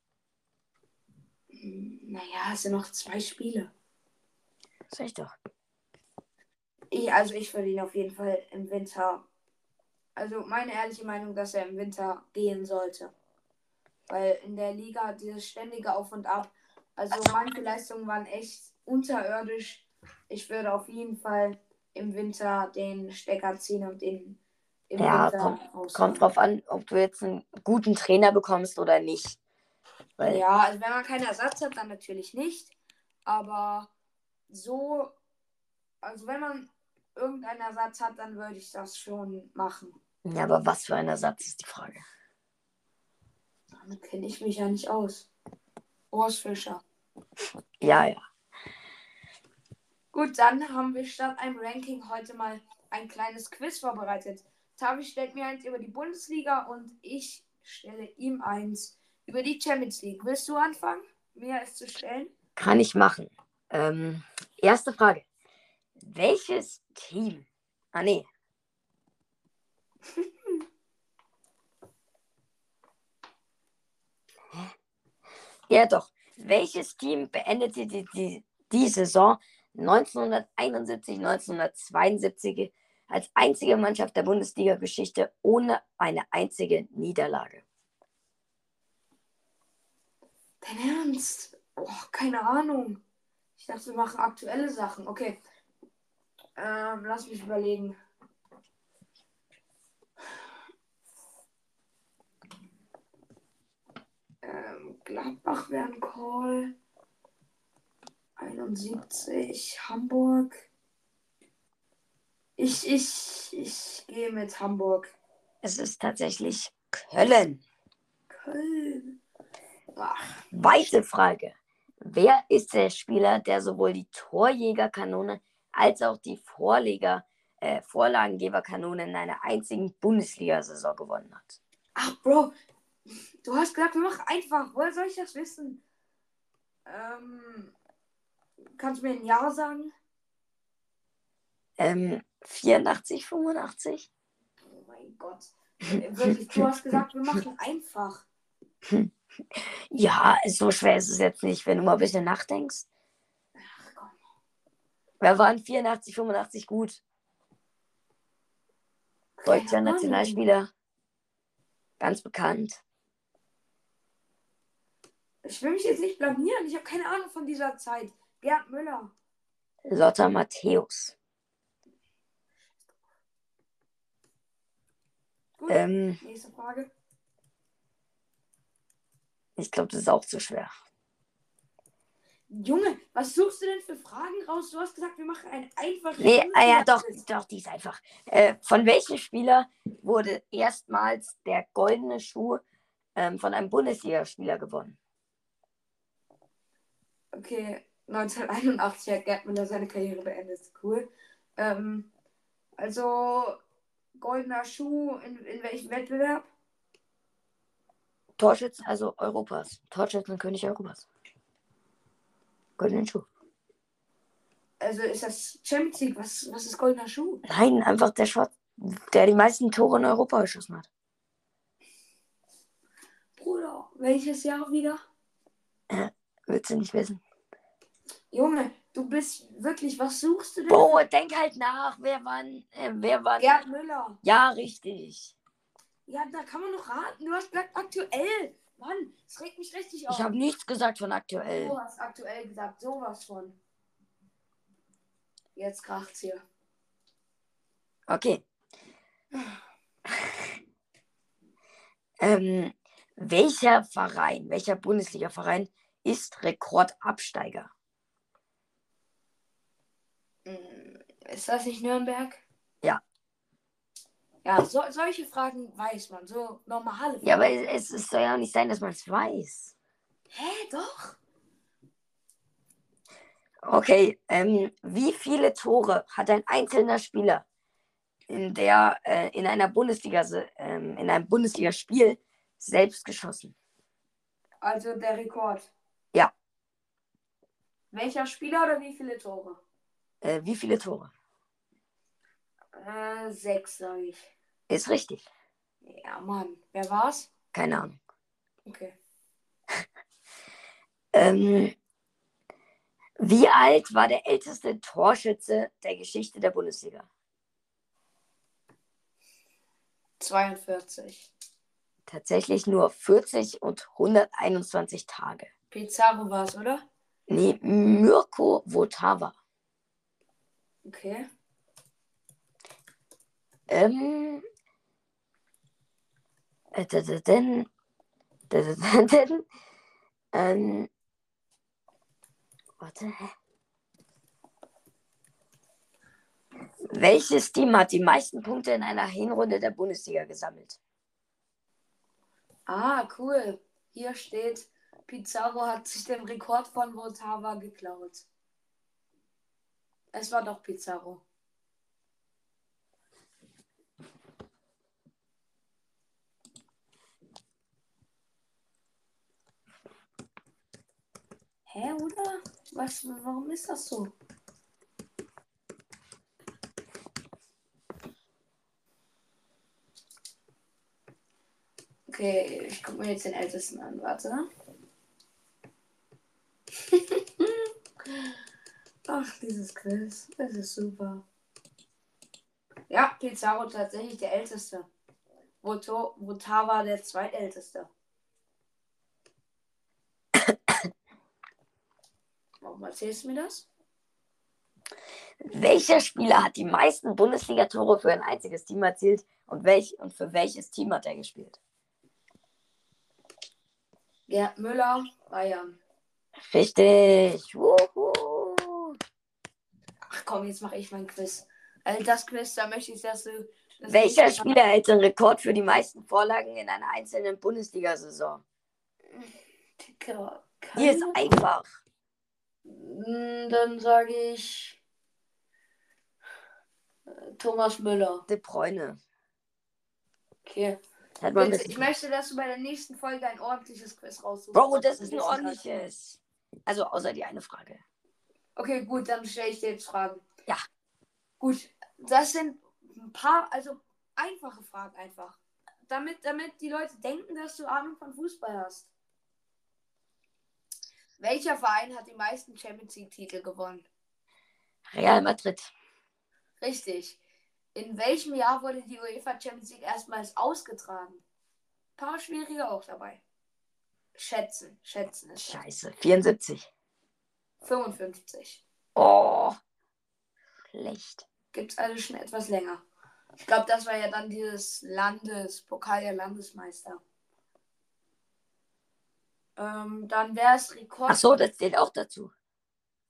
A: Naja, es sind noch zwei Spiele.
B: Sag ich doch.
A: Ich, also ich würde ihn auf jeden Fall im Winter. Also meine ehrliche Meinung, dass er im Winter gehen sollte. Weil in der Liga dieses ständige Auf und Ab. Also manche Leistungen waren echt unterirdisch. Ich würde auf jeden Fall im Winter den Stecker ziehen und den im
B: Ja,
A: Winter
B: kommt,
A: raushauen.
B: kommt drauf an, ob du jetzt einen guten Trainer bekommst oder nicht. Weil,
A: Ja, also wenn man keinen Ersatz hat, dann natürlich nicht. Aber so, also wenn man irgendeinen Ersatz hat, dann würde ich das schon machen.
B: ja, aber was für ein Ersatz ist die Frage.
A: Damit kenne ich mich ja nicht aus. Urs Fischer.
B: Ja, ja.
A: Gut, dann haben wir statt einem Ranking heute mal ein kleines Quiz vorbereitet. Tavi stellt mir eins über die Bundesliga und ich stelle ihm eins über die Champions League. Willst du anfangen, mir es zu stellen?
B: Kann ich machen. Ähm, erste Frage. Welches Team? Ah, nee. Ja, doch. Welches Team beendete die, die, die Saison neunzehnhunderteinundsiebzig, neunzehnhundertzweiundsiebzig als einzige Mannschaft der Bundesliga-Geschichte ohne eine einzige Niederlage?
A: Dein Ernst? Oh, keine Ahnung. Ich dachte, wir machen aktuelle Sachen. Okay. Ähm, lass mich überlegen. Ähm, Gladbach wäre ein Call. einundsiebzig. Hamburg. Ich, ich, ich gehe mit Hamburg.
B: Es ist tatsächlich Köln.
A: Köln. Ach,
B: Zweite Frage. Wer ist der Spieler, der sowohl die Torjägerkanone als auch die Vorleger, äh, Vorlagengeberkanone in einer einzigen Bundesliga-Saison gewonnen hat?
A: ach, Bro. Du hast gesagt, wir machen einfach. Woher soll ich das wissen? Ähm, kannst du mir ein Jahr sagen?
B: Ähm, vierundachtzig, fünfundachtzig?
A: Oh mein Gott. Wirklich, du hast gesagt, wir machen einfach.
B: Ja, so schwer ist es jetzt nicht, wenn du mal ein bisschen nachdenkst.
A: Ach komm.
B: Wer waren vierundachtzig, fünfundachtzig gut?
A: Keine
B: Deutscher
A: Ahnung.
B: Nationalspieler. Ganz bekannt.
A: Ich will mich jetzt nicht blamieren. Ich habe keine Ahnung von dieser Zeit. Gerd Müller.
B: Lothar Matthäus.
A: Gut.
B: Ähm,
A: Nächste Frage.
B: ich glaube, das ist auch zu schwer.
A: Junge, was suchst du denn für Fragen raus? Du hast gesagt, wir machen ein einfaches
B: Nee, ah ja, doch,
A: Bundesliga-Quiz.
B: doch, die ist einfach. Äh, von welchem Spieler wurde erstmals der goldene Schuh ähm, von einem Bundesligaspieler gewonnen?
A: Okay, neunzehnhunderteinundachtzig hat Gerd Müller seine Karriere beendet. Cool. Ähm, also, goldener Schuh in, in welchem Wettbewerb?
B: Torschützen, also Europas. Torschützenkönig Europas. Goldenen Schuh.
A: Also ist das Champions League? Was, was ist goldener Schuh?
B: Nein, einfach der Schwarz, der die meisten Tore in Europa geschossen hat.
A: Bruder, welches Jahr wieder?
B: Äh, willst du nicht wissen?
A: Junge, du bist wirklich, was suchst du denn?
B: Boah, denk halt nach, wer wann, äh, wer wann.
A: Gerd Müller.
B: Ja, richtig.
A: Ja, da kann man noch raten. Du hast gesagt aktuell. Mann, das regt mich richtig auf.
B: Ich habe nichts gesagt von aktuell.
A: Du hast aktuell gesagt, sowas von. Jetzt kracht's hier.
B: Okay. ähm, welcher Verein, welcher Bundesliga-Verein ist Rekordabsteiger?
A: Ist das nicht Nürnberg?
B: Ja.
A: Ja, so, solche Fragen weiß man. So normale Fragen.
B: Ja, aber es, es soll ja auch nicht sein, dass man es weiß.
A: Hä, doch?
B: Okay, ähm, wie viele Tore hat ein einzelner Spieler in der äh, in einer Bundesliga ähm, in einem Bundesligaspiel selbst geschossen?
A: Also der Rekord.
B: Ja.
A: Welcher Spieler oder wie viele Tore?
B: Äh, wie viele Tore?
A: Äh, sechs, sage ich.
B: Ist richtig.
A: Ja, Mann. Wer war's?
B: Keine Ahnung.
A: Okay.
B: Ähm, wie alt war der älteste Torschütze der Geschichte der Bundesliga?
A: zweiundvierzig.
B: Tatsächlich nur vierzig und hunderteinundzwanzig Tage.
A: Pizarro war's, oder?
B: Nee, Mirko Votava.
A: Okay.
B: Ähm. Äh, denn, denn, denn, ähm. Warte, hä? Welches Team hat die meisten Punkte in einer Hinrunde der Bundesliga gesammelt?
A: Ah, cool. Hier steht, Pizarro hat sich den Rekord von Votava geklaut. Es war doch Pizarro. Hä, oder? Was, warum ist das so? Okay, ich gucke mir jetzt den Ältesten an. Warte. Ach, dieses Quiz. Das ist super. Ja, Pizarro tatsächlich der Älteste. Voto, Votava der Zweitälteste. Warum erzählst du mir das?
B: Welcher Spieler hat die meisten Bundesliga-Tore für ein einziges Team erzielt und, welch, und für welches Team hat er gespielt?
A: Gerd Müller, Bayern.
B: Richtig. Wuhu.
A: Ach komm, jetzt mache ich mein Quiz. Also das Quiz, da möchte ich, dass du... Das
B: Welcher
A: nicht-
B: Spieler hält den Rekord für die meisten Vorlagen in einer einzelnen Bundesliga-Saison?
A: Dicker,
B: Hier ist einfach.
A: Dann sage ich äh, Thomas Müller.
B: De Bruyne.
A: Okay.
B: Hat man ein
A: Bitte,
B: bisschen-
A: ich möchte, dass du bei der nächsten Folge ein ordentliches Quiz raussuchst.
B: Bro,
A: was
B: das
A: du
B: ist ein
A: wissen kannst.
B: ordentliches. Also außer die eine Frage.
A: Okay, gut, dann stelle ich dir jetzt Fragen.
B: Ja.
A: Gut, das sind ein paar, also einfache Fragen einfach. Damit, damit die Leute denken, dass du Ahnung von Fußball hast. Welcher Verein hat die meisten Champions League-Titel gewonnen?
B: Real Madrid.
A: Richtig. In welchem Jahr wurde die UEFA Champions League erstmals ausgetragen? Ein paar schwierige auch dabei. Schätzen, schätzen ist das.
B: Scheiße. vierundsiebzig.
A: fünfundfünfzig.
B: Oh. Schlecht.
A: Gibt's also schon etwas länger. Ich glaube, das war ja dann dieses Landes, Pokal der Landesmeister. Ähm, dann wäre es Rekord.
B: Ach so, das zählt auch dazu.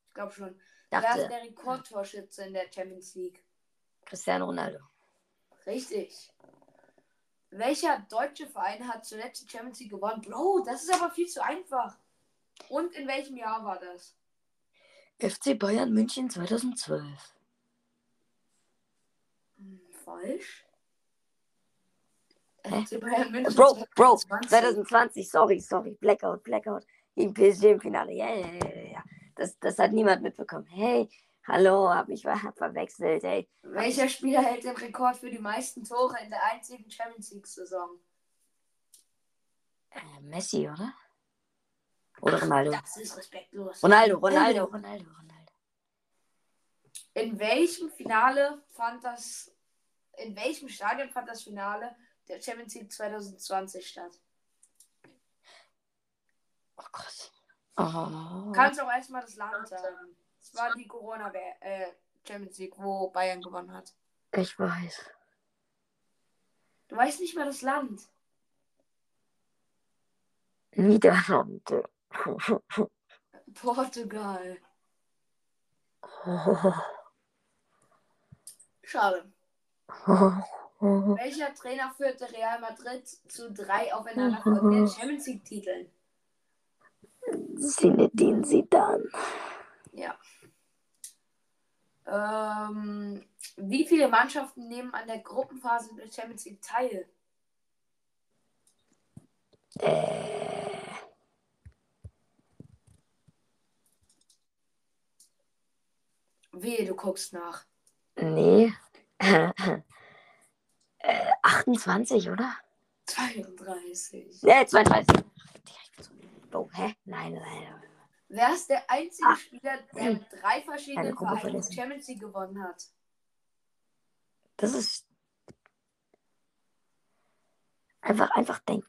A: Ich glaube schon. Wer ist
B: Dachte,
A: der Rekordtorschütze in der Champions League?
B: Cristiano Ronaldo.
A: Richtig. Welcher deutsche Verein hat zuletzt die Champions League gewonnen? Bro, das ist aber viel zu einfach. Und in welchem Jahr war das?
B: F C Bayern München zweitausendzwölf.
A: Hm, falsch.
B: Hä?
A: F C Bayern München
B: Bro, Bro,
A: zweitausendzwanzig.
B: zwanzig zwanzig, sorry, sorry. Blackout, Blackout. Gegen P S G im Finale. Ja, ja, ja, ja, ja. Das, das hat niemand mitbekommen. Hey, hallo, hab mich ver verwechselt, hey.
A: Welcher Spieler hält den Rekord für die meisten Tore in der einzigen Champions League-Saison?
B: Äh, Messi, oder? Oder Ronaldo?
A: Das ist respektlos.
B: Ronaldo, Ronaldo, Ronaldo, Ronaldo.
A: In welchem Finale fand das, in welchem Stadion fand das Finale der Champions League zwanzig zwanzig statt?
B: Oh Gott. Oh.
A: Kannst auch erstmal das Land sagen. Es war die Corona äh, Champions League, wo Bayern gewonnen hat.
B: Ich weiß.
A: Du weißt nicht mehr das Land.
B: Niederlande.
A: Portugal.
B: Oh.
A: Schade.
B: Oh.
A: Welcher Trainer führte Real Madrid zu drei aufeinanderfolgenden Champions League-Titeln?
B: Zinedine Zidane.
A: Ja. Ähm, wie viele Mannschaften nehmen an der Gruppenphase der Champions League teil?
B: Äh.
A: Wehe, du guckst nach.
B: Nee. äh, achtundzwanzig, oder?
A: zweiunddreißig.
B: Nee, zweiunddreißig. Oh, hä? Nein, nein, nein.
A: Wer ist der einzige
B: Ah.
A: Spieler, der mit drei
B: Eine
A: verschiedenen
B: Gruppe
A: Vereinen die
B: vergessen.
A: Champions League gewonnen hat?
B: Das ist einfach, einfach denken.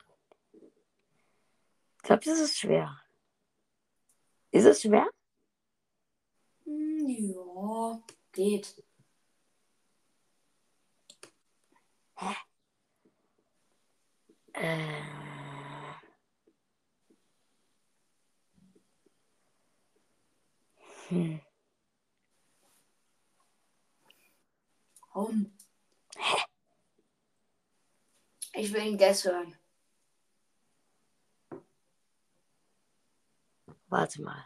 B: Ich glaube, das ist schwer. Ist es schwer?
A: Hm, ja, geht.
B: Äh. Hm.
A: Warum? Ich will ihn Guess hören.
B: Warte mal.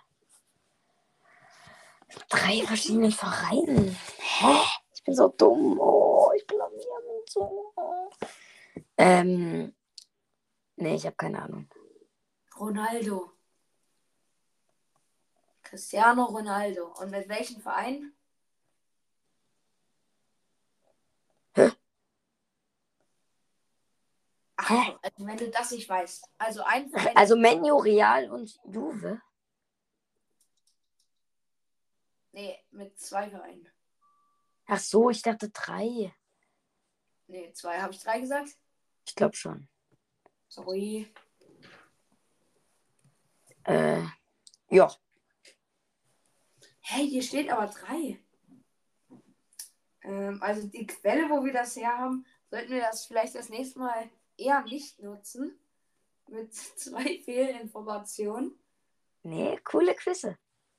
B: Drei verschiedene Vereine. Hä? Ich bin so dumm. Oh, ich blamier mich so. Ähm. Nee, ich habe keine Ahnung.
A: Ronaldo. Cristiano Ronaldo. Und mit welchem Verein?
B: Hä?
A: Ach,
B: Hä?
A: also wenn du das nicht weißt. Also ein Verein.
B: Also Menu, Real und Juve.
A: Nee, mit zwei Vereinen.
B: Ach so, ich dachte drei.
A: Nee, zwei. Habe ich drei gesagt?
B: Ich glaube schon.
A: Sorry.
B: Äh, ja.
A: Hey, hier steht aber drei. Ähm, also die Quelle, wo wir das her haben, sollten wir das vielleicht das nächste Mal eher nicht nutzen. Mit zwei Fehlinformationen.
B: Nee, coole Quizze.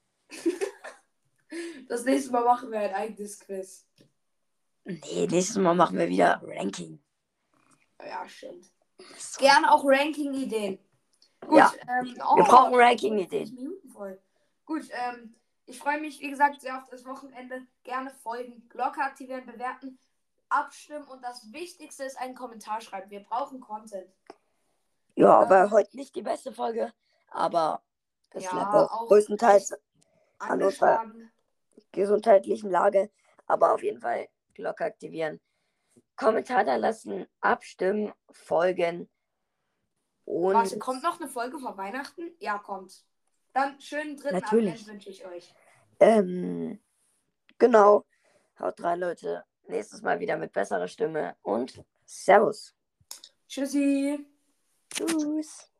A: Das nächste Mal machen wir ein eigenes Quiz.
B: Nee, nächstes Mal machen wir wieder Ranking.
A: Ja, stimmt.
B: So.
A: Gerne auch Ranking-Ideen. Gut,
B: Ja,
A: ähm, oh,
B: wir brauchen Ranking-Ideen.
A: Minuten voll. Gut, ähm, ich freue mich, wie gesagt, sehr auf das Wochenende. Gerne folgen, Glocke aktivieren, bewerten, abstimmen und das Wichtigste ist einen Kommentar schreiben. Wir brauchen Content.
B: Ja,
A: Ähm,
B: war heute nicht die beste Folge, aber es
A: ja,
B: lag auch,
A: auch
B: größtenteils an unserer
A: angeschlagen.
B: gesundheitlichen Lage. Aber auf jeden Fall Glocke aktivieren, Kommentar da lassen, abstimmen, folgen und
A: Warte, kommt noch eine Folge vor Weihnachten? Ja, kommt. Dann schönen dritten
B: Natürlich.
A: Advent wünsche ich euch.
B: ähm, genau, haut rein, Leute. Nächstes Mal wieder mit besserer Stimme und Servus.
A: Tschüssi.
B: Tschüss.